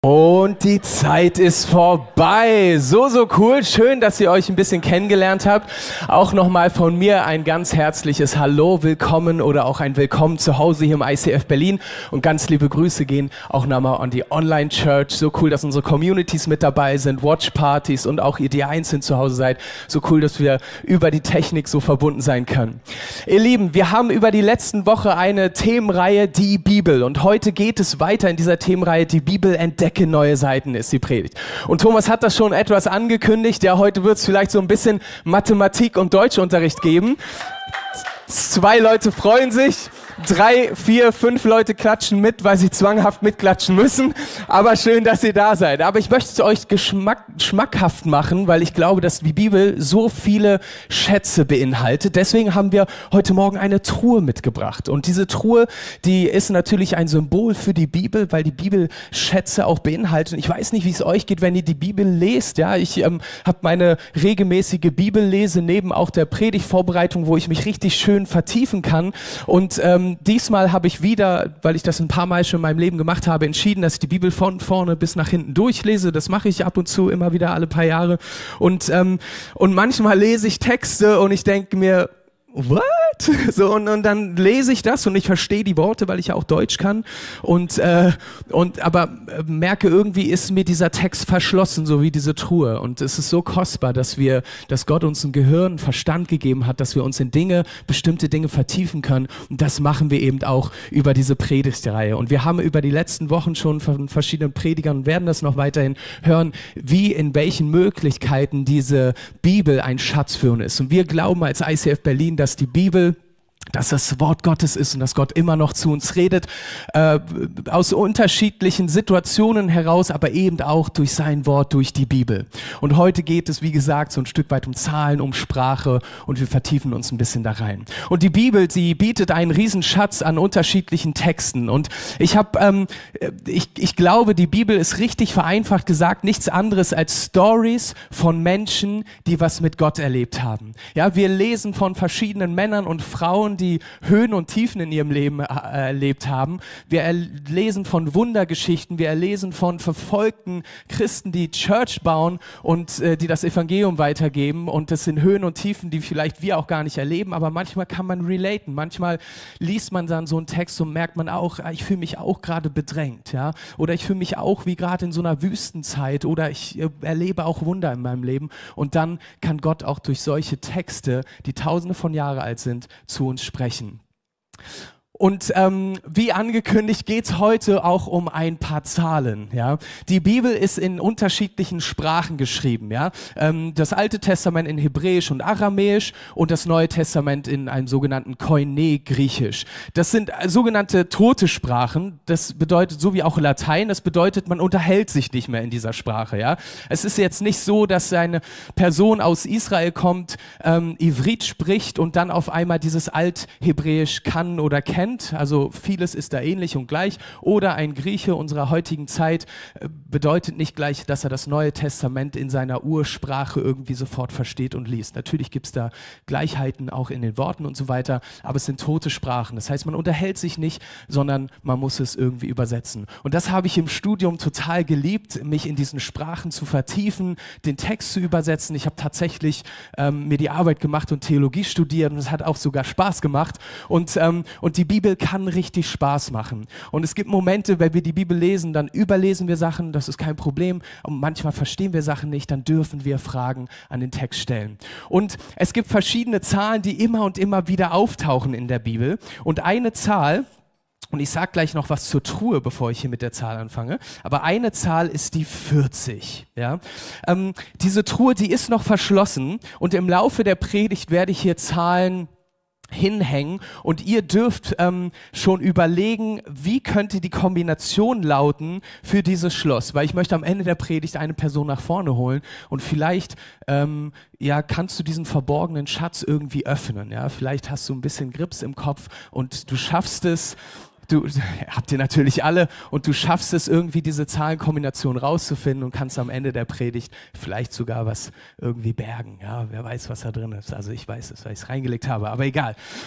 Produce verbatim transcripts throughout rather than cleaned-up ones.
Und die Zeit ist vorbei. So, so cool. Schön, dass ihr euch ein bisschen kennengelernt habt. Auch nochmal von mir ein ganz herzliches Hallo, willkommen oder auch ein Willkommen zu Hause hier im I C F Berlin. Und ganz liebe Grüße gehen auch nochmal an die Online-Church. So cool, dass unsere Communities mit dabei sind, Watchpartys und auch ihr, die einzeln zu Hause seid. So cool, dass wir über die Technik so verbunden sein können. Ihr Lieben, wir haben über die letzten Woche eine Themenreihe, die Bibel. Und heute geht es weiter in dieser Themenreihe, die Bibel entdeckt. Neue Seiten ist die Predigt. Und Thomas hat das schon etwas angekündigt. Ja, heute wird es vielleicht so ein bisschen Mathematik- und Deutschunterricht geben. Zwei Leute freuen sich. Drei, vier, fünf Leute klatschen mit, weil sie zwanghaft mitklatschen müssen. Aber schön, dass ihr da seid. Aber ich möchte es euch geschmack, schmackhaft machen, weil ich glaube, dass die Bibel so viele Schätze beinhaltet. Deswegen haben wir heute Morgen eine Truhe mitgebracht. Und diese Truhe, die ist natürlich ein Symbol für die Bibel, weil die Bibel Schätze auch beinhaltet. Und ich weiß nicht, wie es euch geht, wenn ihr die Bibel lest. Ja, ich ähm, habe meine regelmäßige Bibellese neben auch der Predigtvorbereitung, wo ich mich richtig schön vertiefen kann. Und ähm, diesmal habe ich wieder, weil ich das ein paar Mal schon in meinem Leben gemacht habe, entschieden, dass ich die Bibel von vorne bis nach hinten durchlese. Das mache ich ab und zu immer wieder alle paar Jahre. Und, ähm, und manchmal lese ich Texte und ich denke mir, what? So, und, und dann lese ich das und ich verstehe die Worte, weil ich ja auch Deutsch kann. Und, äh, und aber äh, merke, irgendwie ist mir dieser Text verschlossen, so wie diese Truhe. Und es ist so kostbar, dass wir, dass Gott uns ein Gehirn, einen Verstand gegeben hat, dass wir uns in Dinge, bestimmte Dinge vertiefen können. Und das machen wir eben auch über diese Predigtreihe. Und wir haben über die letzten Wochen schon von verschiedenen Predigern und werden das noch weiterhin hören, wie in welchen Möglichkeiten diese Bibel ein Schatz für uns ist. Und wir glauben als I C F Berlin, dass die Bibel, dass das Wort Gottes ist und dass Gott immer noch zu uns redet, äh, aus unterschiedlichen Situationen heraus, aber eben auch durch sein Wort, durch die Bibel. Und heute geht es, wie gesagt, so ein Stück weit um Zahlen, um Sprache und wir vertiefen uns ein bisschen da rein. Und die Bibel, sie bietet einen Riesenschatz an unterschiedlichen Texten und ich habe, ähm, ich, ich glaube, die Bibel ist richtig vereinfacht gesagt nichts anderes als Stories von Menschen, die was mit Gott erlebt haben. Ja, wir lesen von verschiedenen Männern und Frauen, die Höhen und Tiefen in ihrem Leben äh, erlebt haben. Wir lesen von Wundergeschichten, wir lesen von verfolgten Christen, die Church bauen und äh, die das Evangelium weitergeben und das sind Höhen und Tiefen, die vielleicht wir auch gar nicht erleben, aber manchmal kann man relaten. Manchmal liest man dann so einen Text und merkt man auch, ich fühle mich auch gerade bedrängt, ja, oder ich fühle mich auch wie gerade in so einer Wüstenzeit oder ich äh, erlebe auch Wunder in meinem Leben und dann kann Gott auch durch solche Texte, die tausende von Jahren alt sind, zu uns sprechen. Und ähm, wie angekündigt geht es heute auch um ein paar Zahlen. Ja? Die Bibel ist in unterschiedlichen Sprachen geschrieben. Ja? Ähm, das Alte Testament in Hebräisch und Aramäisch und das Neue Testament in einem sogenannten Koine-Griechisch. Das sind sogenannte tote Sprachen. Das bedeutet, so wie auch Latein, das bedeutet, man unterhält sich nicht mehr in dieser Sprache. Ja? Es ist jetzt nicht so, dass eine Person aus Israel kommt, ähm, Ivrit spricht und dann auf einmal dieses Althebräisch kann oder kennt. Also vieles ist da ähnlich und gleich. Oder ein Grieche unserer heutigen Zeit bedeutet nicht gleich, dass er das Neue Testament in seiner Ursprache irgendwie sofort versteht und liest. Natürlich gibt es da Gleichheiten auch in den Worten und so weiter, aber es sind tote Sprachen. Das heißt, man unterhält sich nicht, sondern man muss es irgendwie übersetzen. Und das habe ich im Studium total geliebt, mich in diesen Sprachen zu vertiefen, den Text zu übersetzen. Ich habe tatsächlich ähm, mir die Arbeit gemacht und Theologie studiert und es hat auch sogar Spaß gemacht. Und, ähm, und die Bibel kann richtig Spaß machen. Und es gibt Momente, wenn wir die Bibel lesen, dann überlesen wir Sachen, das ist kein Problem. Und manchmal verstehen wir Sachen nicht, dann dürfen wir Fragen an den Text stellen. Und es gibt verschiedene Zahlen, die immer und immer wieder auftauchen in der Bibel. Und eine Zahl, und ich sage gleich noch was zur Truhe, bevor ich hier mit der Zahl anfange, aber eine Zahl ist die vierzig. Ja? Ähm, diese Truhe, die ist noch verschlossen und im Laufe der Predigt werde ich hier Zahlen hinhängen und ihr dürft ähm, schon überlegen, wie könnte die Kombination lauten für dieses Schloss, weil ich möchte am Ende der Predigt eine Person nach vorne holen und vielleicht ähm, ja, kannst du diesen verborgenen Schatz irgendwie öffnen, ja, vielleicht hast du ein bisschen Grips im Kopf und du schaffst es, Du, habt ihr natürlich alle und du schaffst es irgendwie, diese Zahlenkombination rauszufinden und kannst am Ende der Predigt vielleicht sogar was irgendwie bergen. Ja, wer weiß, was da drin ist. Also ich weiß es, weil ich es reingelegt habe, aber egal.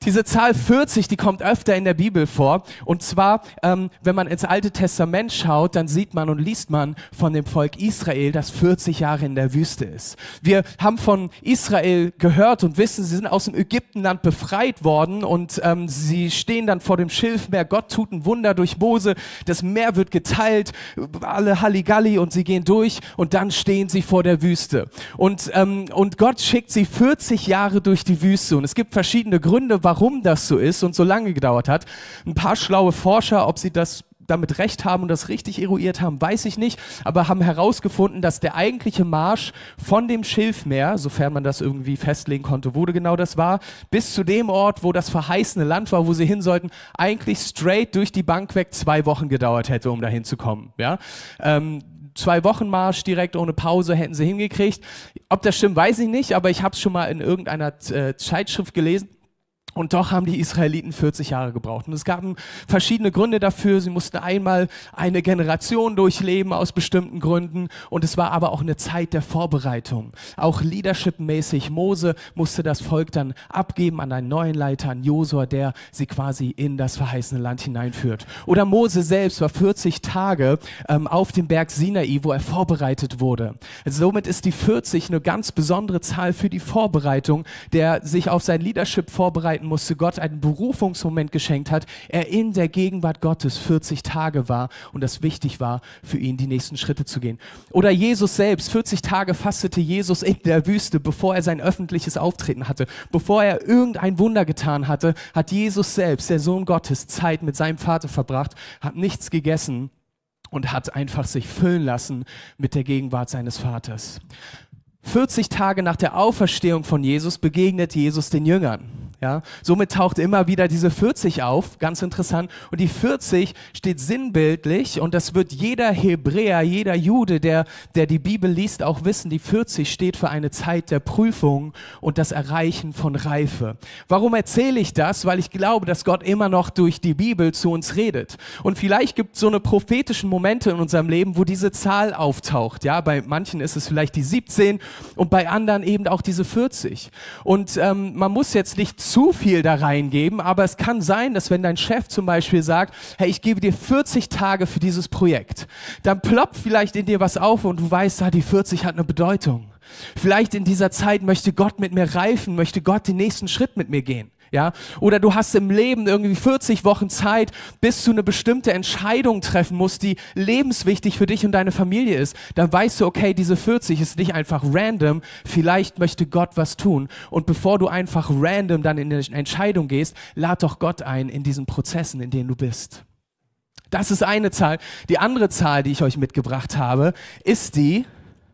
Diese Zahl vierzig, die kommt öfter in der Bibel vor. Und zwar, ähm, wenn man ins Alte Testament schaut, dann sieht man und liest man von dem Volk Israel, das vierzig Jahre in der Wüste ist. Wir haben von Israel gehört und wissen, sie sind aus dem Ägyptenland befreit worden und ähm, sie stehen dann vor dem Schilfmeer. Gott tut ein Wunder durch Mose. Das Meer wird geteilt, alle Halligalli und sie gehen durch und dann stehen sie vor der Wüste. Und, ähm, und Gott schickt sie vierzig Jahre durch die Wüste. Und es gibt verschiedene Gründe, warum warum das so ist und so lange gedauert hat. Ein paar schlaue Forscher, ob sie das damit recht haben und das richtig eruiert haben, weiß ich nicht, aber haben herausgefunden, dass der eigentliche Marsch von dem Schilfmeer, sofern man das irgendwie festlegen konnte, wo genau das war, bis zu dem Ort, wo das verheißene Land war, wo sie hin sollten, eigentlich straight durch die Bank weg zwei Wochen gedauert hätte, um dahin zu kommen. Ja? Ähm, Zwei Wochen Marsch direkt ohne Pause hätten sie hingekriegt. Ob das stimmt, weiß ich nicht, aber ich habe es schon mal in irgendeiner äh, Zeitschrift gelesen. Und doch haben die Israeliten vierzig Jahre gebraucht. Und es gab verschiedene Gründe dafür. Sie mussten einmal eine Generation durchleben aus bestimmten Gründen. Und es war aber auch eine Zeit der Vorbereitung. Auch leadership-mäßig. Mose musste das Volk dann abgeben an einen neuen Leiter, an Josua, der sie quasi in das verheißene Land hineinführt. Oder Mose selbst war vierzig Tage ähm, auf dem Berg Sinai, wo er vorbereitet wurde. Also somit ist die vierzig eine ganz besondere Zahl für die Vorbereitung, der sich auf sein Leadership vorbereiten musste, Gott einen Berufungsmoment geschenkt hat, er in der Gegenwart Gottes vierzig Tage war und das wichtig war, für ihn die nächsten Schritte zu gehen. Oder Jesus selbst, vierzig Tage fastete Jesus in der Wüste, bevor er sein öffentliches Auftreten hatte. Bevor er irgendein Wunder getan hatte, hat Jesus selbst, der Sohn Gottes, Zeit mit seinem Vater verbracht, hat nichts gegessen und hat einfach sich füllen lassen mit der Gegenwart seines Vaters. vierzig Tage nach der Auferstehung von Jesus begegnet Jesus den Jüngern. Ja, somit taucht immer wieder diese vierzig auf, ganz interessant. Und die vierzig steht sinnbildlich und das wird jeder Hebräer, jeder Jude, der, der die Bibel liest, auch wissen, die vierzig steht für eine Zeit der Prüfung und das Erreichen von Reife. Warum erzähle ich das? Weil ich glaube, dass Gott immer noch durch die Bibel zu uns redet. Und vielleicht gibt es so eine prophetischen Momente in unserem Leben, wo diese Zahl auftaucht. Ja, bei manchen ist es vielleicht die siebzehn und bei anderen eben auch diese vierzig. Und ähm, man muss jetzt nicht zu viel da reingeben, aber es kann sein, dass wenn dein Chef zum Beispiel sagt, hey, ich gebe dir vierzig Tage für dieses Projekt, dann ploppt vielleicht in dir was auf und du weißt, ah, die vierzig hat eine Bedeutung. Vielleicht in dieser Zeit möchte Gott mit mir reifen, möchte Gott den nächsten Schritt mit mir gehen. Ja? Oder du hast im Leben irgendwie vierzig Wochen Zeit, bis du eine bestimmte Entscheidung treffen musst, die lebenswichtig für dich und deine Familie ist. Dann weißt du, okay, diese vierzig ist nicht einfach random, vielleicht möchte Gott was tun. Und bevor du einfach random dann in eine Entscheidung gehst, lad doch Gott ein in diesen Prozessen, in denen du bist. Das ist eine Zahl. Die andere Zahl, die ich euch mitgebracht habe, ist die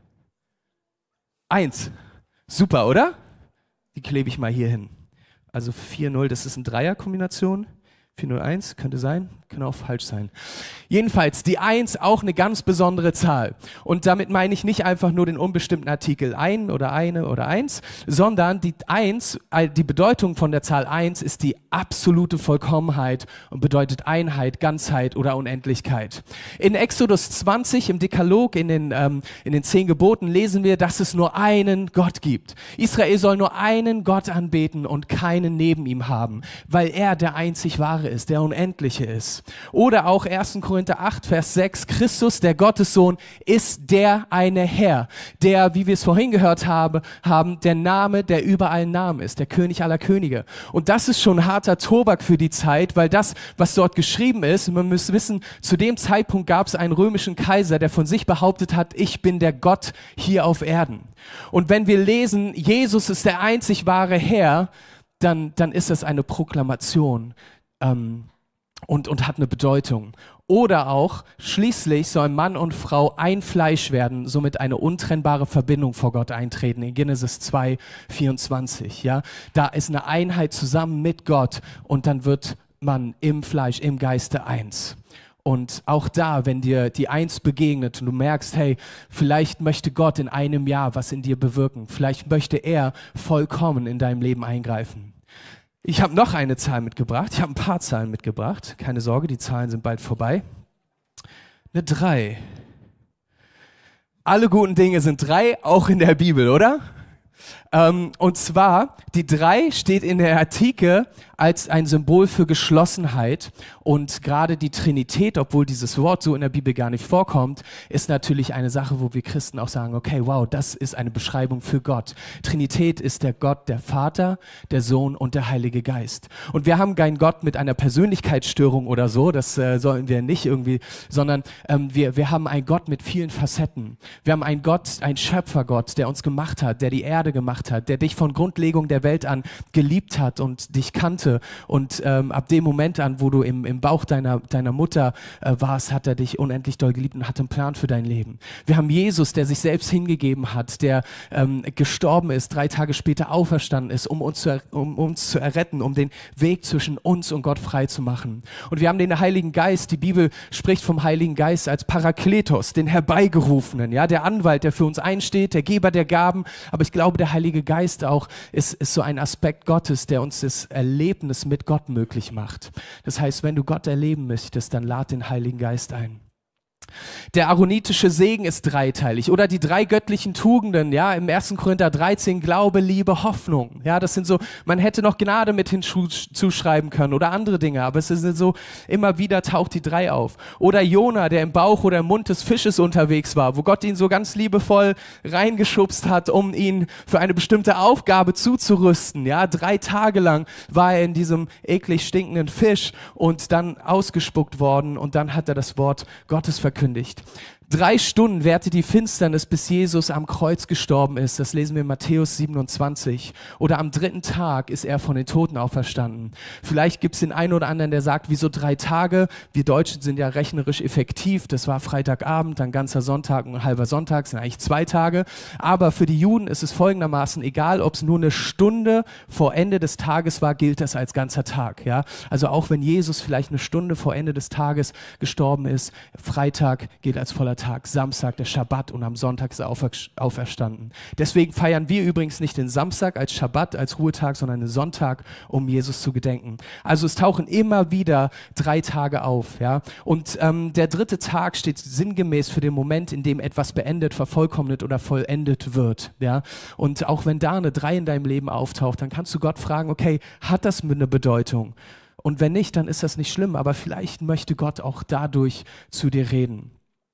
eins. Super, oder? Die klebe ich mal hier hin. Also vier null, das ist eine Dreierkombination. vier null eins könnte sein, kann auch falsch sein. Jedenfalls die eins auch eine ganz besondere Zahl. Und damit meine ich nicht einfach nur den unbestimmten Artikel ein oder eine oder eins, sondern die eins, die Bedeutung von der Zahl eins ist die absolute Vollkommenheit und bedeutet Einheit, Ganzheit oder Unendlichkeit. In Exodus zwanzig, im Dekalog, in den, ähm, in den zehn Geboten lesen wir, dass es nur einen Gott gibt. Israel soll nur einen Gott anbeten und keinen neben ihm haben, weil er der einzig wahre ist, der Unendliche ist. Oder auch erster Korinther acht, Vers sechs, Christus, der Gottessohn, ist der eine Herr, der, wie wir es vorhin gehört haben, haben, der Name, der über allen Namen ist, der König aller Könige. Und das ist schon harter Tobak für die Zeit, weil das, was dort geschrieben ist, man muss wissen, zu dem Zeitpunkt gab es einen römischen Kaiser, der von sich behauptet hat, ich bin der Gott hier auf Erden. Und wenn wir lesen, Jesus ist der einzig wahre Herr, dann, dann ist das eine Proklamation. Ähm, Und, und hat eine Bedeutung. Oder auch, schließlich sollen Mann und Frau ein Fleisch werden, somit eine untrennbare Verbindung vor Gott eintreten. In Genesis zwei, vierundzwanzig. Ja? Da ist eine Einheit zusammen mit Gott und dann wird man im Fleisch, im Geiste eins. Und auch da, wenn dir die Eins begegnet und du merkst, hey, vielleicht möchte Gott in einem Jahr was in dir bewirken. Vielleicht möchte er vollkommen in deinem Leben eingreifen. Ich habe noch eine Zahl mitgebracht. Ich habe ein paar Zahlen mitgebracht. Keine Sorge, die Zahlen sind bald vorbei. Eine drei. Alle guten Dinge sind drei, auch in der Bibel, oder? Ähm, und zwar, die drei steht in der Antike als ein Symbol für Geschlossenheit. Und gerade die Trinität, obwohl dieses Wort so in der Bibel gar nicht vorkommt, ist natürlich eine Sache, wo wir Christen auch sagen, okay, wow, das ist eine Beschreibung für Gott. Trinität ist der Gott, der Vater, der Sohn und der Heilige Geist. Und wir haben keinen Gott mit einer Persönlichkeitsstörung oder so, das äh, sollen wir nicht irgendwie, sondern ähm, wir, wir haben einen Gott mit vielen Facetten. Wir haben einen Gott, einen Schöpfergott, der uns gemacht hat, der die Erde gemacht hat, der dich von Grundlegung der Welt an geliebt hat und dich kannte. Und ähm, ab dem Moment an, wo du im, im Bauch deiner, deiner Mutter äh, warst, hat er dich unendlich doll geliebt und hat einen Plan für dein Leben. Wir haben Jesus, der sich selbst hingegeben hat, der ähm, gestorben ist, drei Tage später auferstanden ist, um uns, zu, um uns zu erretten, um den Weg zwischen uns und Gott frei zu machen. Und wir haben den Heiligen Geist, die Bibel spricht vom Heiligen Geist als Parakletos, den Herbeigerufenen, ja, der Anwalt, der für uns einsteht, der Geber der Gaben. Aber ich glaube, der Heilige Geist auch ist, ist so ein Aspekt Gottes, der uns das Erlebnis mit Gott möglich macht. Das heißt, wenn du Gott erleben möchtest, dann lad den Heiligen Geist ein. Der aaronitische Segen ist dreiteilig oder die drei göttlichen Tugenden, ja, im ersten Korinther dreizehn, Glaube, Liebe, Hoffnung. Ja, das sind so, man hätte noch Gnade mit hinzuschreiben können oder andere Dinge, aber es ist so, immer wieder taucht die drei auf. Oder Jona, der im Bauch oder im Mund des Fisches unterwegs war, wo Gott ihn so ganz liebevoll reingeschubst hat, um ihn für eine bestimmte Aufgabe zuzurüsten. Ja, drei Tage lang war er in diesem eklig stinkenden Fisch und dann ausgespuckt worden und dann hat er das Wort Gottes verkündigt. Kündigt. Drei Stunden währte die Finsternis, bis Jesus am Kreuz gestorben ist. Das lesen wir in Matthäus siebenundzwanzig. Oder am dritten Tag ist er von den Toten auferstanden. Vielleicht gibt es den einen oder anderen, der sagt, wieso drei Tage? Wir Deutschen sind ja rechnerisch effektiv. Das war Freitagabend, dann ganzer Sonntag und ein halber Sonntag, das sind eigentlich zwei Tage. Aber für die Juden ist es folgendermaßen egal, ob es nur eine Stunde vor Ende des Tages war, gilt das als ganzer Tag. Ja? Also auch wenn Jesus vielleicht eine Stunde vor Ende des Tages gestorben ist, Freitag gilt als voller Tag, Samstag, der Schabbat und am Sonntag ist er aufer auferstanden. Deswegen feiern wir übrigens nicht den Samstag als Schabbat, als Ruhetag, sondern den Sonntag, um Jesus zu gedenken. Also es tauchen immer wieder drei Tage auf. Ja? Und ähm, der dritte Tag steht sinngemäß für den Moment, in dem etwas beendet, vervollkommnet oder vollendet wird. Ja? Und auch wenn da eine drei in deinem Leben auftaucht, dann kannst du Gott fragen, okay, hat das eine Bedeutung? Und wenn nicht, dann ist das nicht schlimm, aber vielleicht möchte Gott auch dadurch zu dir reden.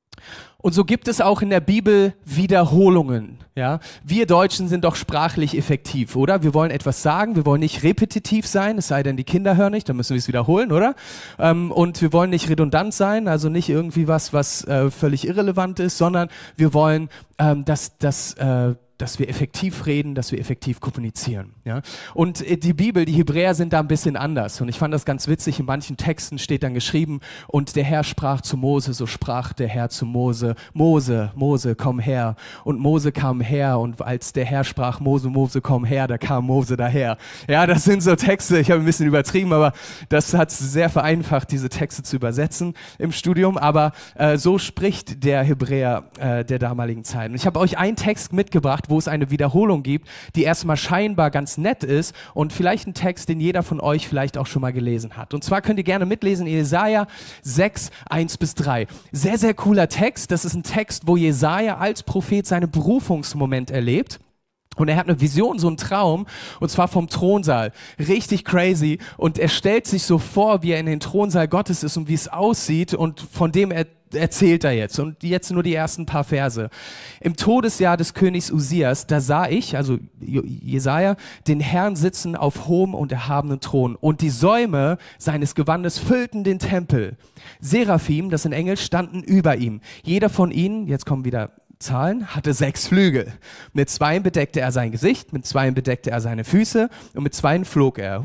Und so gibt es auch in der Bibel Wiederholungen. Ja? Wir Deutschen sind doch sprachlich effektiv, oder? Wir wollen etwas sagen, wir wollen nicht repetitiv sein, es sei denn, die Kinder hören nicht, dann müssen wir es wiederholen, oder? Ähm, und wir wollen nicht redundant sein, also nicht irgendwie was, was äh, völlig irrelevant ist, sondern wir wollen, ähm, dass das äh, dass wir effektiv reden, dass wir effektiv kommunizieren. Ja? Und die Bibel, die Hebräer sind da ein bisschen anders. Und ich fand das ganz witzig, in manchen Texten steht dann geschrieben, und der Herr sprach zu Mose, so sprach der Herr zu Mose, Mose, Mose, komm her. Und Mose kam her, und als der Herr sprach, Mose, Mose, komm her, da kam Mose daher. Ja, das sind so Texte, ich habe ein bisschen übertrieben, aber das hat es sehr vereinfacht, diese Texte zu übersetzen im Studium. Aber äh, so spricht der Hebräer äh, der damaligen Zeit. Und ich habe euch einen Text mitgebracht, wo es eine Wiederholung gibt, die erstmal scheinbar ganz nett ist und vielleicht ein Text, den jeder von euch vielleicht auch schon mal gelesen hat. Und zwar könnt ihr gerne mitlesen, Jesaja sechs, eins bis drei. Sehr, sehr cooler Text. Das ist ein Text, wo Jesaja als Prophet seinen Berufungsmoment erlebt. Und er hat eine Vision, so einen Traum, und zwar vom Thronsaal. Richtig crazy. Und er stellt sich so vor, wie er in den Thronsaal Gottes ist und wie es aussieht, und von dem er erzählt er jetzt. Und jetzt nur die ersten paar Verse. Im Todesjahr des Königs Usias, da sah ich, also Jesaja, den Herrn sitzen auf hohem und erhabenen Thron. Und die Säume seines Gewandes füllten den Tempel. Seraphim, das sind Engel, standen über ihm. Jeder von ihnen, jetzt kommen wieder Zahlen, hatte sechs Flügel. Mit zweien bedeckte er sein Gesicht, mit zweien bedeckte er seine Füße und mit zweien flog er.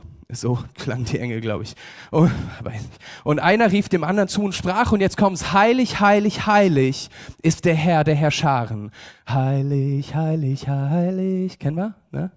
So klang die Engel, glaube ich. Und, und einer rief dem anderen zu und sprach, und jetzt kommt's, heilig, heilig, heilig ist der Herr der Herrscharen. Heilig, heilig, heilig. Kennen wir? Ne?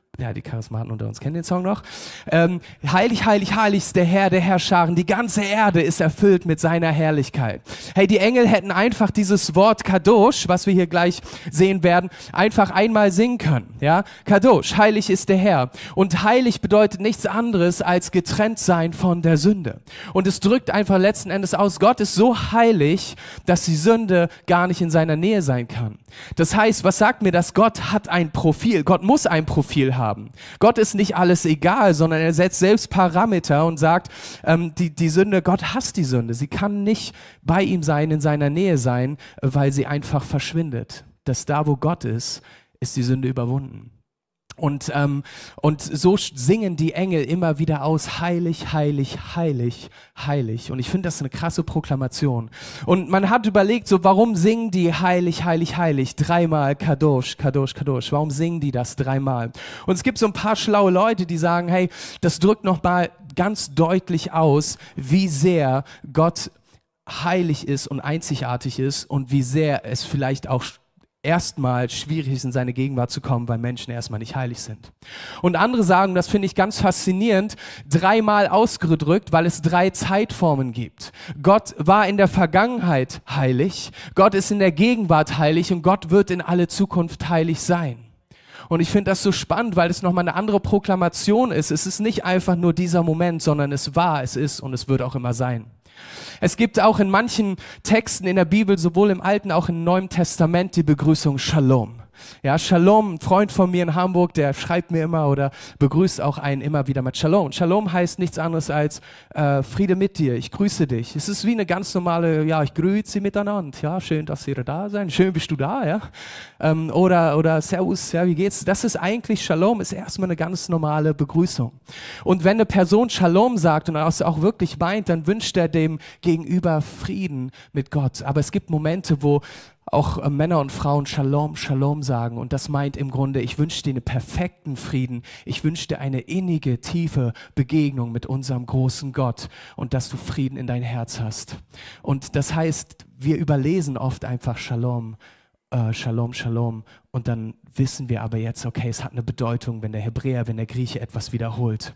Ja, die Charismaten unter uns kennen den Song noch. Ähm, heilig, heilig, heilig ist der Herr der Herrscharen. Die ganze Erde ist erfüllt mit seiner Herrlichkeit. Hey, die Engel hätten einfach dieses Wort Kadosh, was wir hier gleich sehen werden, einfach einmal singen können. Ja, Kadosh, heilig ist der Herr. Und heilig bedeutet nichts anderes als getrennt sein von der Sünde. Und es drückt einfach letzten Endes aus, Gott ist so heilig, dass die Sünde gar nicht in seiner Nähe sein kann. Das heißt, was sagt mir das? Gott hat ein Profil. Gott muss ein Profil haben. Gott ist nicht alles egal, sondern er setzt selbst Parameter und sagt, ähm, die, die Sünde, Gott hasst die Sünde. Sie kann nicht bei ihm sein, in seiner Nähe sein, weil sie einfach verschwindet. Dass da, wo Gott ist, ist die Sünde überwunden. Und, ähm, und so singen die Engel immer wieder aus, heilig, heilig, heilig, heilig. Und ich finde, das ist eine krasse Proklamation. Und man hat überlegt, so warum singen die heilig, heilig, heilig dreimal Kadosh, Kadosh, Kadosh? Warum singen die das dreimal? Und es gibt so ein paar schlaue Leute, die sagen, hey, das drückt nochmal ganz deutlich aus, wie sehr Gott heilig ist und einzigartig ist und wie sehr es vielleicht auch erstmal schwierig ist, in seine Gegenwart zu kommen, weil Menschen erstmal nicht heilig sind. Und andere sagen, das finde ich ganz faszinierend, dreimal ausgedrückt, weil es drei Zeitformen gibt. Gott war in der Vergangenheit heilig, Gott ist in der Gegenwart heilig und Gott wird in alle Zukunft heilig sein. Und ich finde das so spannend, weil es nochmal eine andere Proklamation ist. Es ist nicht einfach nur dieser Moment, sondern es war, es ist und es wird auch immer sein. Es gibt auch in manchen Texten in der Bibel, sowohl im Alten als auch im Neuen Testament, die Begrüßung Shalom. Ja, Shalom, ein Freund von mir in Hamburg, der schreibt mir immer oder begrüßt auch einen immer wieder mit Shalom. Shalom heißt nichts anderes als äh, Friede mit dir, ich grüße dich. Es ist wie eine ganz normale, ja, ich grüße Sie miteinander. Ja, schön, dass Sie da sind. Schön bist du da, ja. Ähm, oder, oder Servus, ja, wie geht's? Das ist eigentlich, Shalom ist erstmal eine ganz normale Begrüßung. Und wenn eine Person Shalom sagt und das auch wirklich meint, dann wünscht er dem Gegenüber Frieden mit Gott. Aber es gibt Momente, wo auch äh, Männer und Frauen Shalom, Shalom sagen. Und das meint im Grunde, ich wünsche dir einen perfekten Frieden. Ich wünsche dir eine innige, tiefe Begegnung mit unserem großen Gott und dass du Frieden in dein Herz hast. Und das heißt, wir überlesen oft einfach Shalom, äh, Shalom, Shalom. Und dann wissen wir aber jetzt, okay, es hat eine Bedeutung, wenn der Hebräer, wenn der Grieche etwas wiederholt.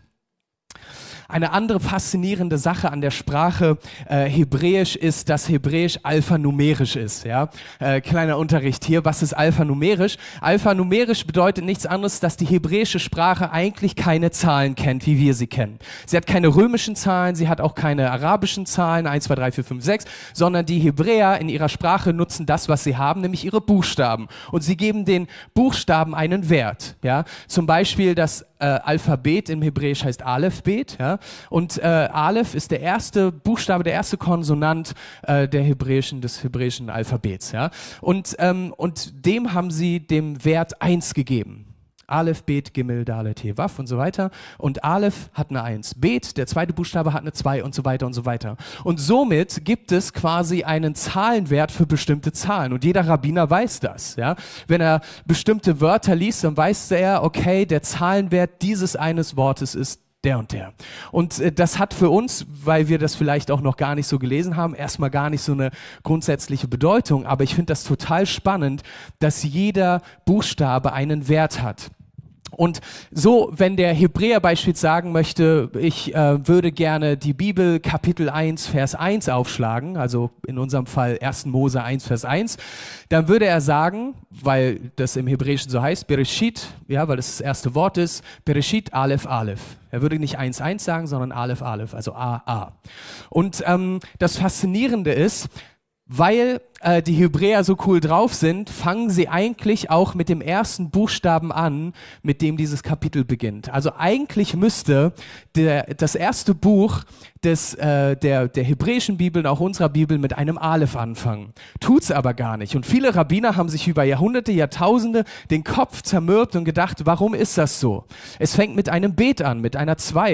Eine andere faszinierende Sache an der Sprache äh, Hebräisch ist, dass Hebräisch alphanumerisch ist. Ja? Äh, kleiner Unterricht hier. Was ist alphanumerisch? Alphanumerisch bedeutet nichts anderes, dass die hebräische Sprache eigentlich keine Zahlen kennt, wie wir sie kennen. Sie hat keine römischen Zahlen, sie hat auch keine arabischen Zahlen, eins, zwei, drei, vier, fünf, sechs, sondern die Hebräer in ihrer Sprache nutzen das, was sie haben, nämlich ihre Buchstaben. Und sie geben den Buchstaben einen Wert. Ja? Zum Beispiel das äh, Alphabet im Hebräisch heißt Aleph-Bet, ja? Und äh, Aleph ist der erste Buchstabe, der erste Konsonant äh, der hebräischen, des hebräischen Alphabets. Ja? Und, ähm, und dem haben sie dem Wert eins gegeben. Aleph, Bet, Gimel, Dalet, He, Waf und so weiter. Und Aleph hat eine eins. Bet, der zweite Buchstabe, hat eine zwei und so weiter und so weiter. Und somit gibt es quasi einen Zahlenwert für bestimmte Zahlen. Und jeder Rabbiner weiß das. Ja? Wenn er bestimmte Wörter liest, dann weiß er, okay, der Zahlenwert dieses eines Wortes ist der und der. Und äh, das hat für uns, weil wir das vielleicht auch noch gar nicht so gelesen haben, erstmal gar nicht so eine grundsätzliche Bedeutung. Aber ich finde das total spannend, dass jeder Buchstabe einen Wert hat. Und so, wenn der Hebräer beispielsweise sagen möchte, ich äh, würde gerne die Bibel Kapitel eins, Vers eins aufschlagen, also in unserem Fall erster Mose eins, Vers eins, dann würde er sagen, weil das im Hebräischen so heißt, Bereshit, ja, weil das das erste Wort ist, Bereshit, Aleph, Aleph. Er würde nicht eins, eins sagen, sondern Aleph, Aleph, also A, A. Und ähm, das Faszinierende ist, weil äh, die Hebräer so cool drauf sind, fangen sie eigentlich auch mit dem ersten Buchstaben an, mit dem dieses Kapitel beginnt. Also eigentlich müsste der, das erste Buch des, äh, der, der hebräischen Bibel und auch unserer Bibel mit einem Aleph anfangen. Tut's aber gar nicht. Und viele Rabbiner haben sich über Jahrhunderte, Jahrtausende den Kopf zermürbt und gedacht, warum ist das so? Es fängt mit einem Bet an, mit einer zwei.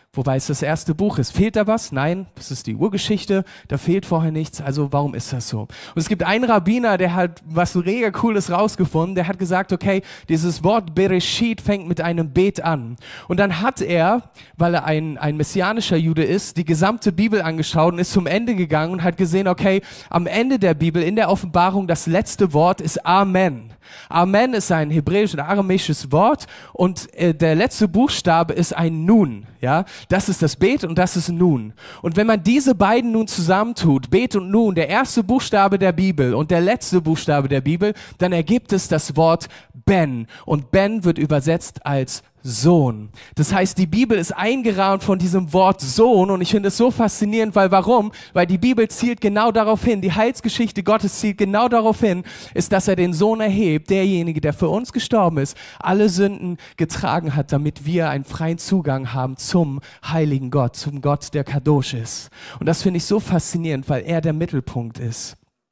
wobei es das erste Buch ist. Fehlt da was? Nein, das ist die Urgeschichte, da fehlt vorher nichts, also warum ist das so? Und es gibt einen Rabbiner, der hat was mega Cooles rausgefunden, der hat gesagt, okay, dieses Wort Bereshit fängt mit einem Bet an. Und dann hat er, weil er ein, ein messianischer Jude ist, die gesamte Bibel angeschaut und ist zum Ende gegangen und hat gesehen, okay, am Ende der Bibel, in der Offenbarung, das letzte Wort ist Amen. Amen ist ein hebräisches und aramäisches Wort und äh, der letzte Buchstabe ist ein Nun, ja, das ist das Bet und das ist Nun. Und wenn man diese beiden nun zusammentut, Bet und Nun, der erste Buchstabe der Bibel und der letzte Buchstabe der Bibel, dann ergibt es das Wort Ben und Ben wird übersetzt als Sohn. Das heißt, die Bibel ist eingerahmt von diesem Wort Sohn und ich finde es so faszinierend, weil warum? Weil die Bibel zielt genau darauf hin, die Heilsgeschichte Gottes zielt genau darauf hin, ist, dass er den Sohn erhebt, derjenige, der für uns gestorben ist, alle Sünden getragen hat, damit wir einen freien Zugang haben zum heiligen Gott, zum Gott, der Kadosh ist. Und das finde ich so faszinierend, weil er der Mittelpunkt ist.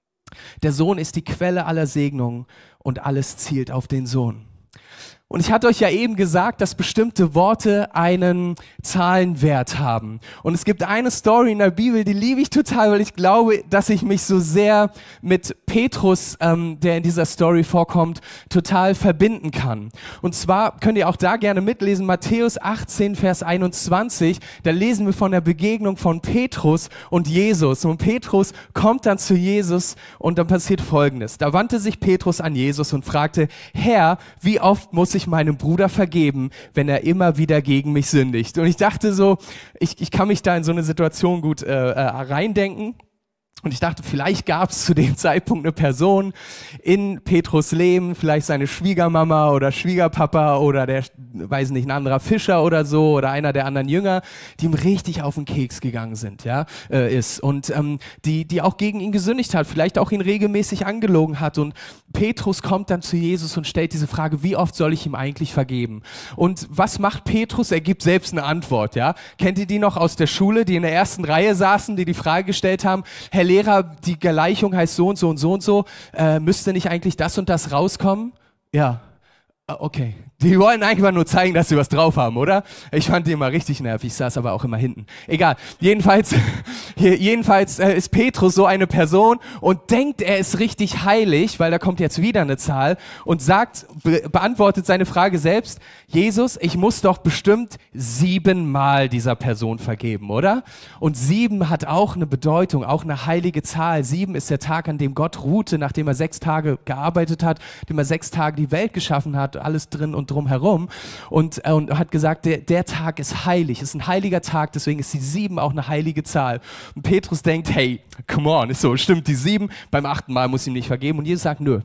Der Sohn ist die Quelle aller Segnungen und alles zielt auf den Sohn. Und ich hatte euch ja eben gesagt, dass bestimmte Worte einen Zahlenwert haben. Und es gibt eine Story in der Bibel, die liebe ich total, weil ich glaube, dass ich mich so sehr mit Petrus, ähm, der in dieser Story vorkommt, total verbinden kann. Und zwar könnt ihr auch da gerne mitlesen, Matthäus achtzehn, Vers einundzwanzig, da lesen wir von der Begegnung von Petrus und Jesus. Und Petrus kommt dann zu Jesus und dann passiert Folgendes. Da wandte sich Petrus an Jesus und fragte, Herr, wie oft muss ich meinem Bruder vergeben, wenn er immer wieder gegen mich sündigt? Und ich dachte so, ich, ich kann mich da in so eine Situation gut äh, äh, reindenken. Und ich dachte, vielleicht gab es zu dem Zeitpunkt eine Person in Petrus Leben, vielleicht seine Schwiegermama oder Schwiegerpapa oder der, weiß nicht, ein anderer Fischer oder so oder einer der anderen Jünger, die ihm richtig auf den Keks gegangen sind, ja, äh, ist und ähm, die, die auch gegen ihn gesündigt hat, vielleicht auch ihn regelmäßig angelogen hat. Und Petrus kommt dann zu Jesus und stellt diese Frage, wie oft soll ich ihm eigentlich vergeben? Und was macht Petrus? Er gibt selbst eine Antwort, ja. Kennt ihr die noch aus der Schule, die in der ersten Reihe saßen, die die Frage gestellt haben, Herr Lehrer, die Gleichung heißt so und so und so und so, äh, müsste nicht eigentlich das und das rauskommen? Ja, okay. Die wollen eigentlich nur zeigen, dass sie was drauf haben, oder? Ich fand die immer richtig nervig, ich saß aber auch immer hinten. Egal, jedenfalls, jedenfalls äh, ist Petrus so eine Person und denkt, er ist richtig heilig, weil da kommt jetzt wieder eine Zahl und sagt, be- beantwortet seine Frage selbst, Jesus, ich muss doch bestimmt siebenmal dieser Person vergeben, oder? Und sieben hat auch eine Bedeutung, auch eine heilige Zahl. Sieben ist der Tag, an dem Gott ruhte, nachdem er sechs Tage gearbeitet hat, nachdem er sechs Tage die Welt geschaffen hat, alles drin und drumherum und, äh, und hat gesagt, der, der Tag ist heilig, ist ein heiliger Tag, deswegen ist die sieben auch eine heilige Zahl. Und Petrus denkt, hey, come on, ist so, stimmt die sieben, beim achten Mal muss ihm nicht vergeben und Jesus sagt, nö.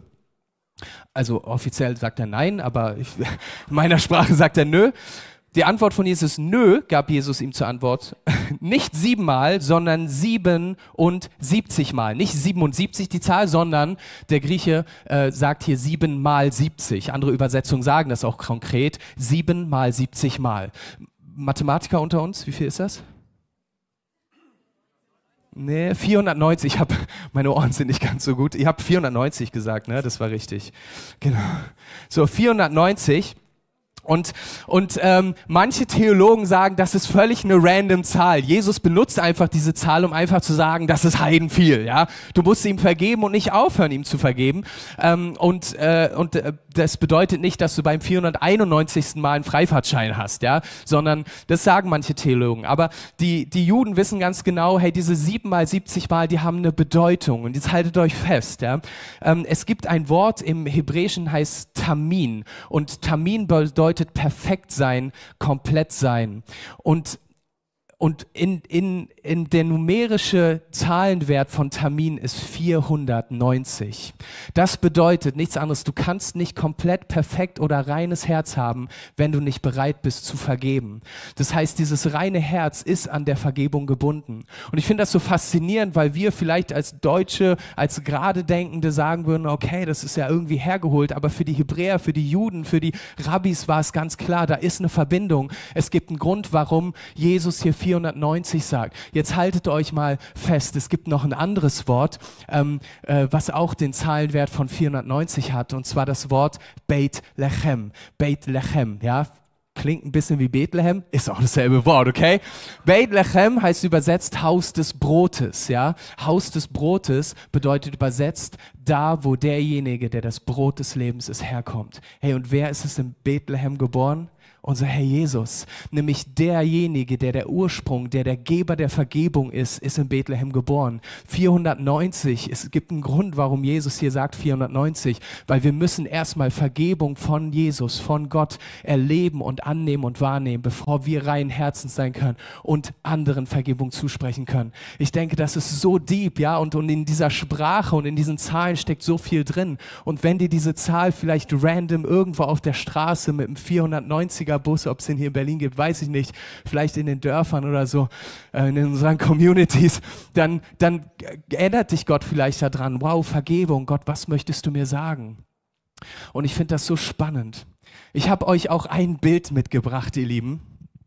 Also offiziell sagt er nein, aber ich, in meiner Sprache sagt er nö. Die Antwort von Jesus, nö, gab Jesus ihm zur Antwort, nicht siebenmal, sondern siebenundsiebzig Mal. Nicht siebenundsiebzig die Zahl, sondern der Grieche äh, sagt hier sieben mal siebzig. Andere Übersetzungen sagen das auch konkret, sieben mal siebzig Mal. Mathematiker unter uns, wie viel ist das? Nee, vierhundertneunzig. Ich habe, meine Ohren sind nicht ganz so gut. Ich habe vierhundertneunzig gesagt, ne? Das war richtig. Genau. So, vierhundertneunzig. Und, und ähm, manche Theologen sagen, das ist völlig eine random Zahl. Jesus benutzt einfach diese Zahl, um einfach zu sagen, das ist heidenviel. Ja? Du musst ihm vergeben und nicht aufhören, ihm zu vergeben. Ähm, und äh, und äh, das bedeutet nicht, dass du beim vierhunderteinundneunzigsten Mal einen Freifahrtschein hast, ja? Sondern das sagen manche Theologen. Aber die, die Juden wissen ganz genau, hey, diese sieben mal siebzig Mal, die haben eine Bedeutung. Und jetzt haltet euch fest. Ja? Ähm, es gibt ein Wort im Hebräischen, heißt Tamin. Und Tamin bedeutet perfekt sein, komplett sein. Und, und in, in, in der numerische Zahlenwert von Tamin ist vierhundertneunzig. Das bedeutet nichts anderes, du kannst nicht komplett perfekt oder reines Herz haben, wenn du nicht bereit bist zu vergeben. Das heißt, dieses reine Herz ist an der Vergebung gebunden. Und ich finde das so faszinierend, weil wir vielleicht als Deutsche, als gerade Denkende sagen würden, okay, das ist ja irgendwie hergeholt, aber für die Hebräer, für die Juden, für die Rabbis war es ganz klar, da ist eine Verbindung. Es gibt einen Grund, warum Jesus hier vierhundertneunzig sagt. Jetzt haltet euch mal fest, es gibt noch ein anderes Wort, ähm, äh, was auch den Zahlenwert von vierhundertneunzig hat, und zwar das Wort Beit Lechem. Beit Lechem, ja. klingt ein bisschen wie Bethlehem, ist auch dasselbe Wort, okay? Bethlehem heißt übersetzt Haus des Brotes, ja? Haus des Brotes bedeutet übersetzt da, wo derjenige, der das Brot des Lebens ist, herkommt. Hey, und wer ist es in Bethlehem geboren? Unser Herr Jesus, nämlich derjenige, der der Ursprung, der der Geber der Vergebung ist, ist in Bethlehem geboren. vierhundertneunzig, es gibt einen Grund, warum Jesus hier sagt vierhundertneunzig, weil wir müssen erstmal Vergebung von Jesus, von Gott erleben und annehmen und wahrnehmen, bevor wir reinen Herzens sein können und anderen Vergebung zusprechen können. Ich denke, das ist so deep, ja, und, und in dieser Sprache und in diesen Zahlen steckt so viel drin. Und wenn dir diese Zahl vielleicht random irgendwo auf der Straße mit einem vierhundertneunziger Bus, ob es den hier in Berlin gibt, weiß ich nicht, vielleicht in den Dörfern oder so, äh, in unseren Communities, dann, dann erinnert dich Gott vielleicht daran, wow, Vergebung, Gott, was möchtest du mir sagen? Und ich finde das so spannend. Ich habe euch auch ein Bild mitgebracht, ihr Lieben,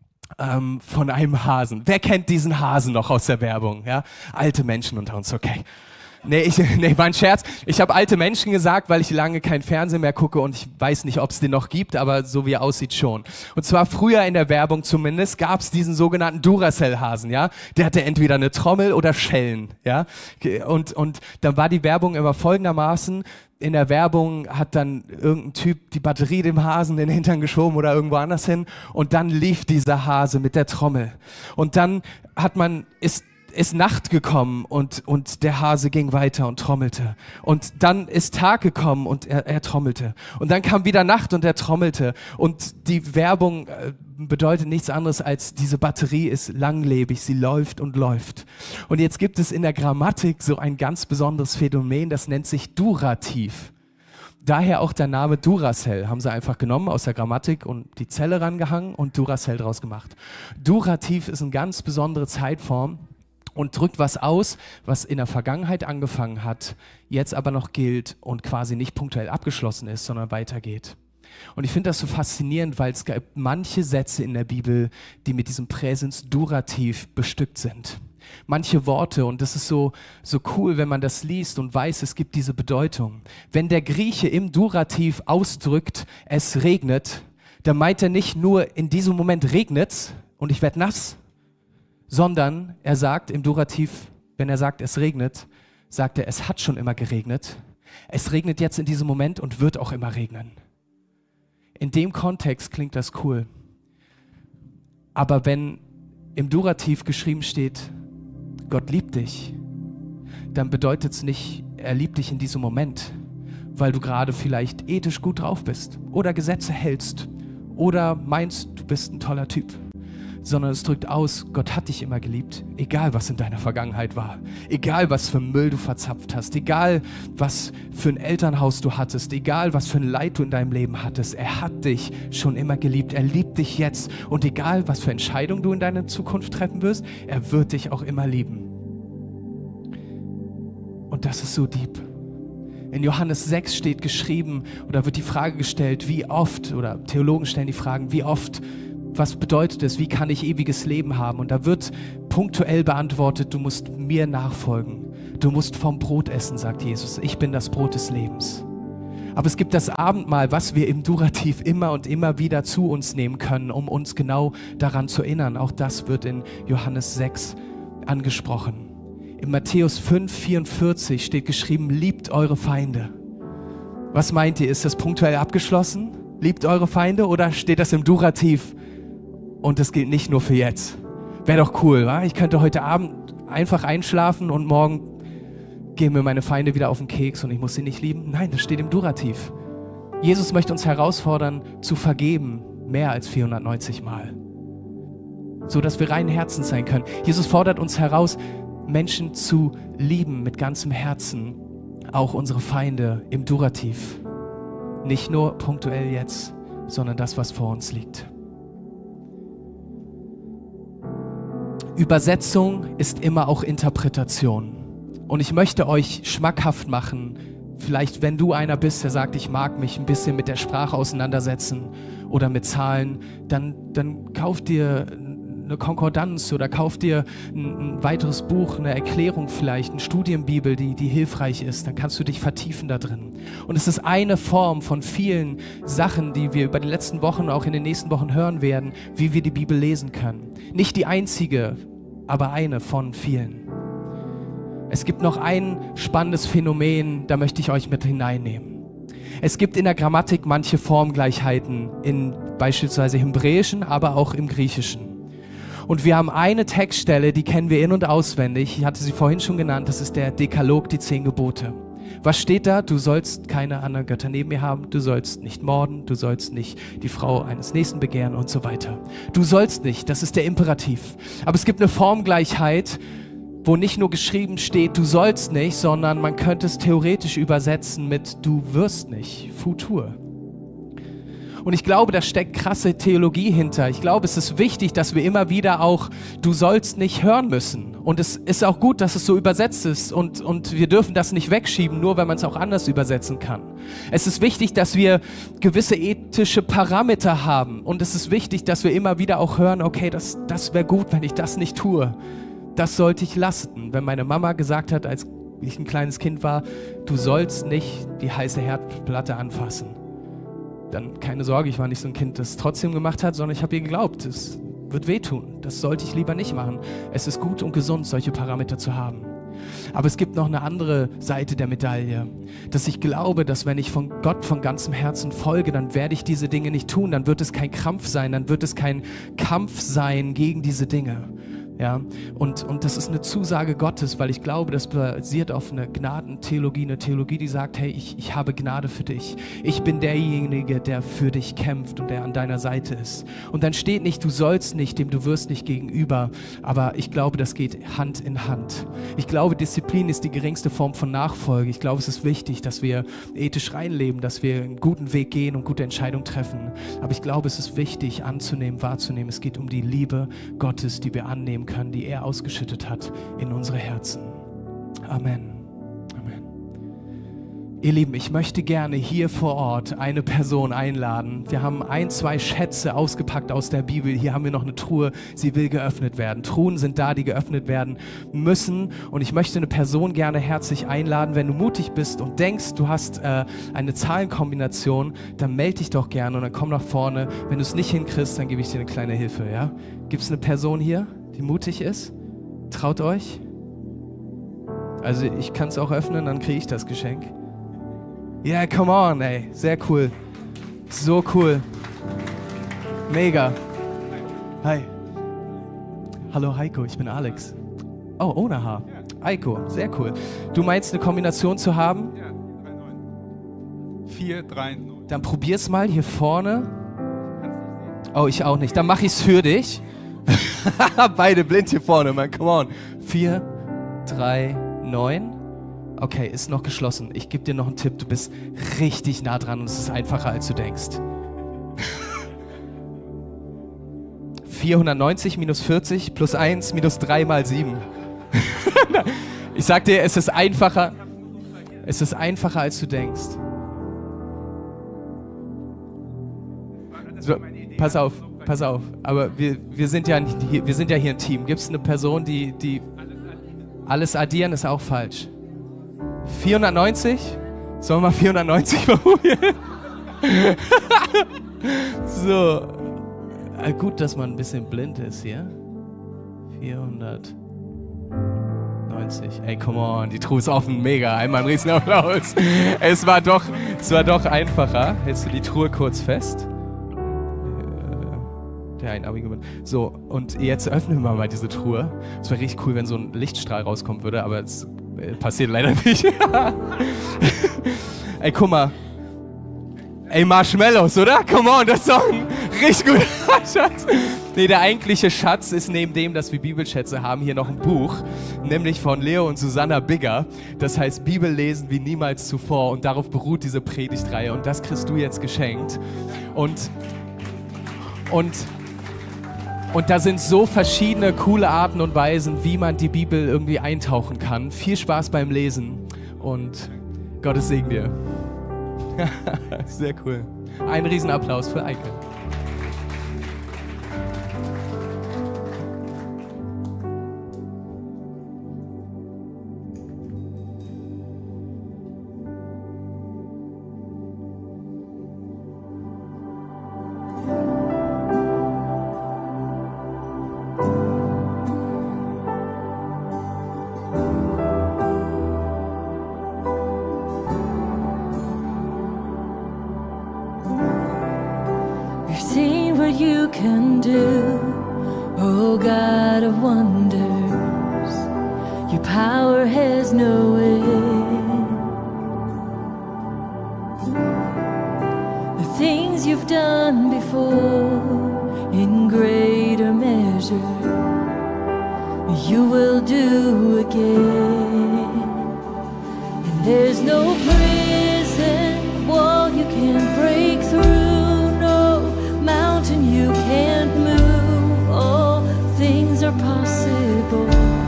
ähm, von einem Hasen. Wer kennt diesen Hasen noch aus der Werbung? Ja? Alte Menschen unter uns, okay. Nee, ich, nee, war ein Scherz. Ich habe alte Menschen gesagt, weil ich lange kein Fernsehen mehr gucke und ich weiß nicht, ob es den noch gibt, aber so wie er aussieht schon. Und zwar früher in der Werbung zumindest gab es diesen sogenannten Duracell-Hasen, ja. Der hatte entweder eine Trommel oder Schellen, ja. Und, und dann war die Werbung immer folgendermaßen: In der Werbung hat dann irgendein Typ die Batterie dem Hasen in den Hintern geschoben oder irgendwo anders hin und dann lief dieser Hase mit der Trommel. Und dann hat man, ist ist Nacht gekommen und, und der Hase ging weiter und trommelte. Und dann ist Tag gekommen und er, er trommelte. Und dann kam wieder Nacht und er trommelte. Und die Werbung äh, bedeutet nichts anderes als, diese Batterie ist langlebig, sie läuft und läuft. Und jetzt gibt es in der Grammatik so ein ganz besonderes Phänomen, das nennt sich Durativ. Daher auch der Name Duracell, haben sie einfach genommen aus der Grammatik und die Zelle rangehangen und Duracell draus gemacht. Durativ ist eine ganz besondere Zeitform und drückt was aus, was in der Vergangenheit angefangen hat, jetzt aber noch gilt und quasi nicht punktuell abgeschlossen ist, sondern weitergeht. Und ich finde das so faszinierend, weil es gibt manche Sätze in der Bibel, die mit diesem Präsens Durativ bestückt sind. Manche Worte, und das ist so, so cool, wenn man das liest und weiß, es gibt diese Bedeutung. Wenn der Grieche im Durativ ausdrückt, es regnet, dann meint er nicht nur, in diesem Moment regnet's und ich werde nass, sondern er sagt im Durativ, wenn er sagt, es regnet, sagt er, es hat schon immer geregnet. Es regnet jetzt in diesem Moment und wird auch immer regnen. In dem Kontext klingt das cool. Aber wenn im Durativ geschrieben steht, Gott liebt dich, dann bedeutet es nicht, er liebt dich in diesem Moment, weil du gerade vielleicht ethisch gut drauf bist oder Gesetze hältst oder meinst, du bist ein toller Typ. Sondern es drückt aus, Gott hat dich immer geliebt, egal was in deiner Vergangenheit war, egal was für Müll du verzapft hast, egal was für ein Elternhaus du hattest, egal was für ein Leid du in deinem Leben hattest, er hat dich schon immer geliebt, er liebt dich jetzt und egal was für Entscheidungen du in deiner Zukunft treffen wirst, er wird dich auch immer lieben. Und das ist so deep. In Johannes sechs steht geschrieben, oder wird die Frage gestellt, wie oft, oder Theologen stellen die Fragen, wie oft, was bedeutet es, wie kann ich ewiges Leben haben? Und da wird punktuell beantwortet, du musst mir nachfolgen. Du musst vom Brot essen, sagt Jesus. Ich bin das Brot des Lebens. Aber es gibt das Abendmahl, was wir im Durativ immer und immer wieder zu uns nehmen können, um uns genau daran zu erinnern. Auch das wird in Johannes sechs angesprochen. In Matthäus fünf, vierundvierzig steht geschrieben, liebt eure Feinde. Was meint ihr, ist das punktuell abgeschlossen? Liebt eure Feinde oder steht das im Durativ? Und das gilt nicht nur für jetzt. Wäre doch cool, wa? Ich könnte heute Abend einfach einschlafen und morgen gehen mir meine Feinde wieder auf den Keks und ich muss sie nicht lieben. Nein, das steht im Durativ. Jesus möchte uns herausfordern, zu vergeben, mehr als vierhundertneunzig Mal. So, dass wir reinen Herzens sein können. Jesus fordert uns heraus, Menschen zu lieben mit ganzem Herzen, auch unsere Feinde im Durativ. Nicht nur punktuell jetzt, sondern das, was vor uns liegt. Übersetzung ist immer auch Interpretation. Und ich möchte euch schmackhaft machen, vielleicht wenn du einer bist, der sagt, ich mag mich ein bisschen mit der Sprache auseinandersetzen oder mit Zahlen, dann, dann kauf dir eine Konkordanz oder kauf dir ein, ein weiteres Buch, eine Erklärung vielleicht, eine Studienbibel, die, die hilfreich ist. Dann kannst du dich vertiefen da drin. Und es ist eine Form von vielen Sachen, die wir über die letzten Wochen, auch in den nächsten Wochen hören werden, wie wir die Bibel lesen können. Nicht die einzige, aber eine von vielen. Es gibt noch ein spannendes Phänomen, da möchte ich euch mit hineinnehmen. Es gibt in der Grammatik manche Formgleichheiten, in beispielsweise Hebräischen, aber auch im Griechischen. Und wir haben eine Textstelle, die kennen wir in- und auswendig. Ich hatte sie vorhin schon genannt, das ist der Dekalog, die zehn Gebote. Was steht da? Du sollst keine anderen Götter neben mir haben, du sollst nicht morden, du sollst nicht die Frau eines Nächsten begehren und so weiter. Du sollst nicht, das ist der Imperativ. Aber es gibt eine Formgleichheit, wo nicht nur geschrieben steht, du sollst nicht, sondern man könnte es theoretisch übersetzen mit du wirst nicht, Futur. Und ich glaube, da steckt krasse Theologie hinter. Ich glaube, es ist wichtig, dass wir immer wieder auch du sollst nicht hören müssen. Und es ist auch gut, dass es so übersetzt ist und, und wir dürfen das nicht wegschieben, nur wenn man es auch anders übersetzen kann. Es ist wichtig, dass wir gewisse ethische Parameter haben und es ist wichtig, dass wir immer wieder auch hören, okay, das, das wäre gut, wenn ich das nicht tue. Das sollte ich lassen. Wenn meine Mama gesagt hat, als ich ein kleines Kind war, du sollst nicht die heiße Herdplatte anfassen, dann keine Sorge, ich war nicht so ein Kind, das trotzdem gemacht hat, sondern ich habe ihr geglaubt, es wird wehtun. Das sollte ich lieber nicht machen. Es ist gut und gesund, solche Parameter zu haben. Aber es gibt noch eine andere Seite der Medaille, dass ich glaube, dass wenn ich von Gott von ganzem Herzen folge, dann werde ich diese Dinge nicht tun, dann wird es kein Krampf sein, dann wird es kein Kampf sein gegen diese Dinge. Ja, und, und das ist eine Zusage Gottes, weil ich glaube, das basiert auf einer Gnadentheologie, eine Theologie, die sagt, hey, ich, ich habe Gnade für dich. Ich bin derjenige, der für dich kämpft und der an deiner Seite ist. Und dann steht nicht, du sollst nicht, dem du wirst nicht gegenüber, aber ich glaube, das geht Hand in Hand. Ich glaube, Disziplin ist die geringste Form von Nachfolge. Ich glaube, es ist wichtig, dass wir ethisch reinleben, dass wir einen guten Weg gehen und gute Entscheidungen treffen. Aber ich glaube, es ist wichtig anzunehmen, wahrzunehmen. Es geht um die Liebe Gottes, die wir annehmen können, die er ausgeschüttet hat in unsere Herzen. Amen. Amen. Ihr Lieben, ich möchte gerne hier vor Ort eine Person einladen. Wir haben ein, zwei Schätze ausgepackt aus der Bibel. Hier haben wir noch eine Truhe, sie will geöffnet werden. Truhen sind da, die geöffnet werden müssen. Und ich möchte eine Person gerne herzlich einladen. Wenn du mutig bist und denkst, du hast äh, eine Zahlenkombination, dann melde dich doch gerne und dann komm nach vorne. Wenn du es nicht hinkriegst, dann gebe ich dir eine kleine Hilfe. Ja? Gibt es eine Person hier, die mutig ist? Traut euch? Also ich kann es auch öffnen, dann kriege ich das Geschenk. Ja, yeah, come on, ey. Sehr cool. So cool. Mega. Hi. Hallo Heiko, ich bin Alex. Oh, ohne Haar. Heiko, sehr cool. Du meinst eine Kombination zu haben? Ja, vier, drei, neun. Dann probier's mal hier vorne. Oh, ich auch nicht. Dann mache ich's für dich. Beide blind hier vorne, man, come on. vier, drei, neun. Okay, ist noch geschlossen. Ich gebe dir noch einen Tipp. Du bist richtig nah dran und es ist einfacher, als du denkst. vierhundertneunzig minus vierzig plus eins minus drei mal sieben. Ich sag dir, es ist einfacher. Es ist einfacher, als du denkst. So, pass auf. Pass auf, aber wir, wir, sind ja nicht hier, wir sind ja hier ein Team. Gibt es eine Person, die, die alles addieren, ist auch falsch. vierhundertneunzig? Sollen wir mal vierhundertneunzig probieren? So. Gut, dass man ein bisschen blind ist hier. vierhundertneunzig. Ey, come on, die Truhe ist offen, mega. Einmal einen riesen Applaus. Es war doch, es war doch einfacher. Hältst du die Truhe kurz fest? Ja, ein Abi gewonnen. So, und jetzt öffnen wir mal diese Truhe. Es wäre richtig cool, wenn so ein Lichtstrahl rauskommen würde, aber es äh, passiert leider nicht. Ey, guck mal. Ey, Marshmallows, oder? Come on, das ist doch ein richtig guter Schatz. Nee, der eigentliche Schatz ist neben dem, dass wir Bibelschätze haben, hier noch ein Buch, nämlich von Leo und Susanna Bigger. Das heißt Bibel lesen wie niemals zuvor und darauf beruht diese Predigtreihe und das kriegst du jetzt geschenkt. Und, und Und da sind so verschiedene coole Arten und Weisen, wie man die Bibel irgendwie eintauchen kann. Viel Spaß beim Lesen und Gottes Segen dir. Sehr cool. Ein Riesenapplaus für Eike. what you can do, oh God of wonders. Your power has no end. The things you've done before, in greater measure, you will do again. And there's no prison wall you can't break through, no mountain you can't move. All things are possible.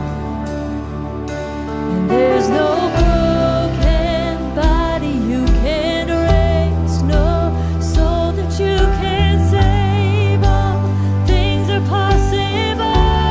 And there's no broken body you can't erase, no soul that you can't save. All things are possible.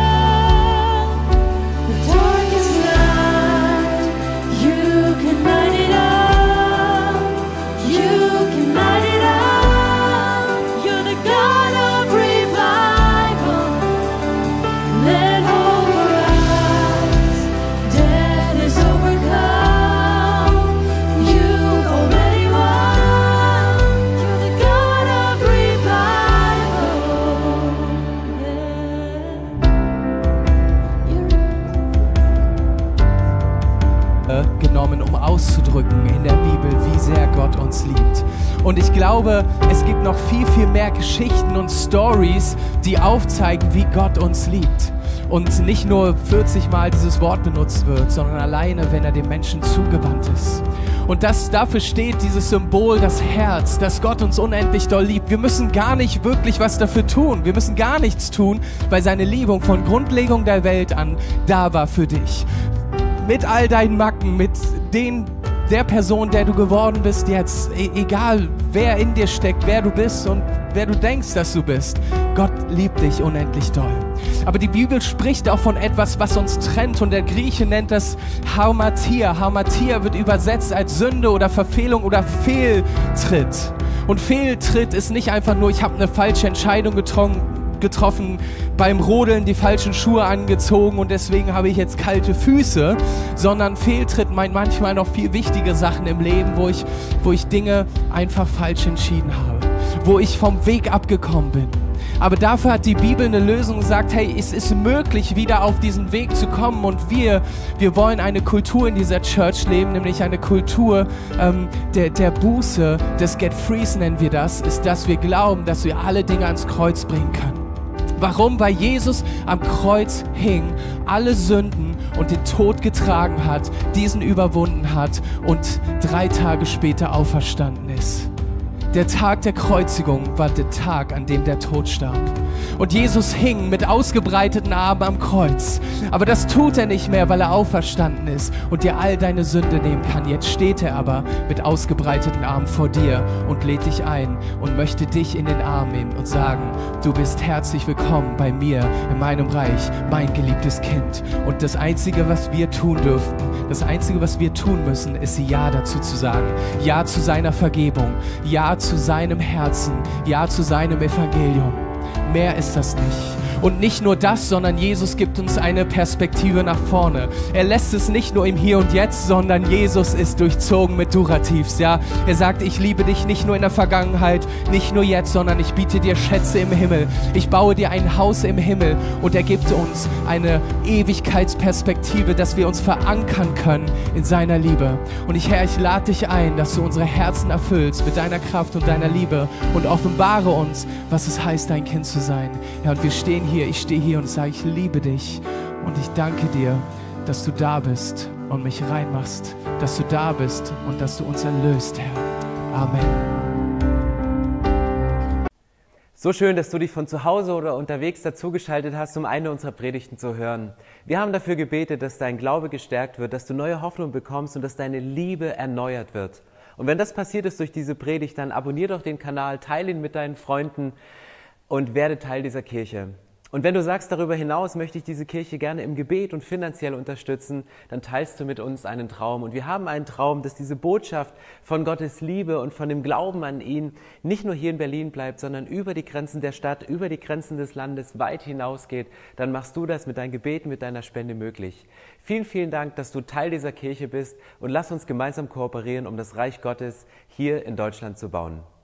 The darkest night, you can light it up. You can light it up. You're the God of revival. Let hope arise. Death is overcome. You've already won. You're the God of revival. Yeah. genommen, um auszudrücken in der Bibel, wie sehr Gott uns liebt. Und ich glaube, es gibt noch viel, viel mehr Geschichten und Stories, die aufzeigen, wie Gott uns liebt. Und nicht nur vierzig Mal dieses Wort benutzt wird, sondern alleine, wenn er dem Menschen zugewandt ist. Und das, dafür steht dieses Symbol, das Herz, dass Gott uns unendlich doll liebt. Wir müssen gar nicht wirklich was dafür tun. Wir müssen gar nichts tun, weil seine Liebe von Grundlegung der Welt an da war für dich. Mit all deinen Macken, mit den, der Person, der du geworden bist jetzt, e- egal wer in dir steckt, wer du bist und wer du denkst, dass du bist. Gott liebt dich unendlich doll. Aber die Bibel spricht auch von etwas, was uns trennt, und der Grieche nennt das Harmatia. Harmatia wird übersetzt als Sünde oder Verfehlung oder Fehltritt. Und Fehltritt ist nicht einfach nur, ich habe eine falsche Entscheidung getroffen, getroffen, beim Rodeln die falschen Schuhe angezogen und deswegen habe ich jetzt kalte Füße, sondern Fehltritt meint manchmal noch viel wichtige Sachen im Leben, wo ich, wo ich Dinge einfach falsch entschieden habe, wo ich vom Weg abgekommen bin. Aber dafür hat die Bibel eine Lösung und sagt, hey, es ist möglich, wieder auf diesen Weg zu kommen, und wir, wir wollen eine Kultur in dieser Church leben, nämlich eine Kultur ähm, der, der Buße, des Get Frees nennen wir das, ist, dass wir glauben, dass wir alle Dinge ans Kreuz bringen können. Warum? Weil Jesus am Kreuz hing, alle Sünden und den Tod getragen hat, diesen überwunden hat und drei Tage später auferstanden ist. Der Tag der Kreuzigung war der Tag, an dem der Tod starb. Und Jesus hing mit ausgebreiteten Armen am Kreuz. Aber das tut er nicht mehr, weil er auferstanden ist und dir all deine Sünde nehmen kann. Jetzt steht er aber mit ausgebreiteten Armen vor dir und lädt dich ein und möchte dich in den Arm nehmen und sagen, du bist herzlich willkommen bei mir in meinem Reich, mein geliebtes Kind. Und das Einzige, was wir tun dürfen, das Einzige, was wir tun müssen, ist Ja dazu zu sagen. Ja zu seiner Vergebung. Ja zu seinem Herzen. Ja zu seinem Evangelium. Mehr ist das nicht. Und nicht nur das, sondern Jesus gibt uns eine Perspektive nach vorne. Er lässt es nicht nur im Hier und Jetzt, sondern Jesus ist durchzogen mit Durativs. Ja? Er sagt, ich liebe dich nicht nur in der Vergangenheit, nicht nur jetzt, sondern ich biete dir Schätze im Himmel. Ich baue dir ein Haus im Himmel, und er gibt uns eine Ewigkeitsperspektive, dass wir uns verankern können in seiner Liebe. Und ich, Herr, ich lade dich ein, dass du unsere Herzen erfüllst mit deiner Kraft und deiner Liebe und offenbare uns, was es heißt, dein Kind zu sein. Ja, und wir stehen hier. Ich stehe hier und sage, ich liebe dich, und ich danke dir, dass du da bist und mich reinmachst, dass du da bist und dass du uns erlöst, Herr. Amen. So schön, dass du dich von zu Hause oder unterwegs dazugeschaltet hast, um eine unserer Predigten zu hören. Wir haben dafür gebetet, dass dein Glaube gestärkt wird, dass du neue Hoffnung bekommst und dass deine Liebe erneuert wird. Und wenn das passiert ist durch diese Predigt, dann abonnier doch den Kanal, teile ihn mit deinen Freunden und werde Teil dieser Kirche. Und wenn du sagst, darüber hinaus möchte ich diese Kirche gerne im Gebet und finanziell unterstützen, dann teilst du mit uns einen Traum. Und wir haben einen Traum, dass diese Botschaft von Gottes Liebe und von dem Glauben an ihn nicht nur hier in Berlin bleibt, sondern über die Grenzen der Stadt, über die Grenzen des Landes weit hinausgeht. Dann machst du das mit deinen Gebeten, mit deiner Spende möglich. Vielen, vielen Dank, dass du Teil dieser Kirche bist, und lass uns gemeinsam kooperieren, um das Reich Gottes hier in Deutschland zu bauen.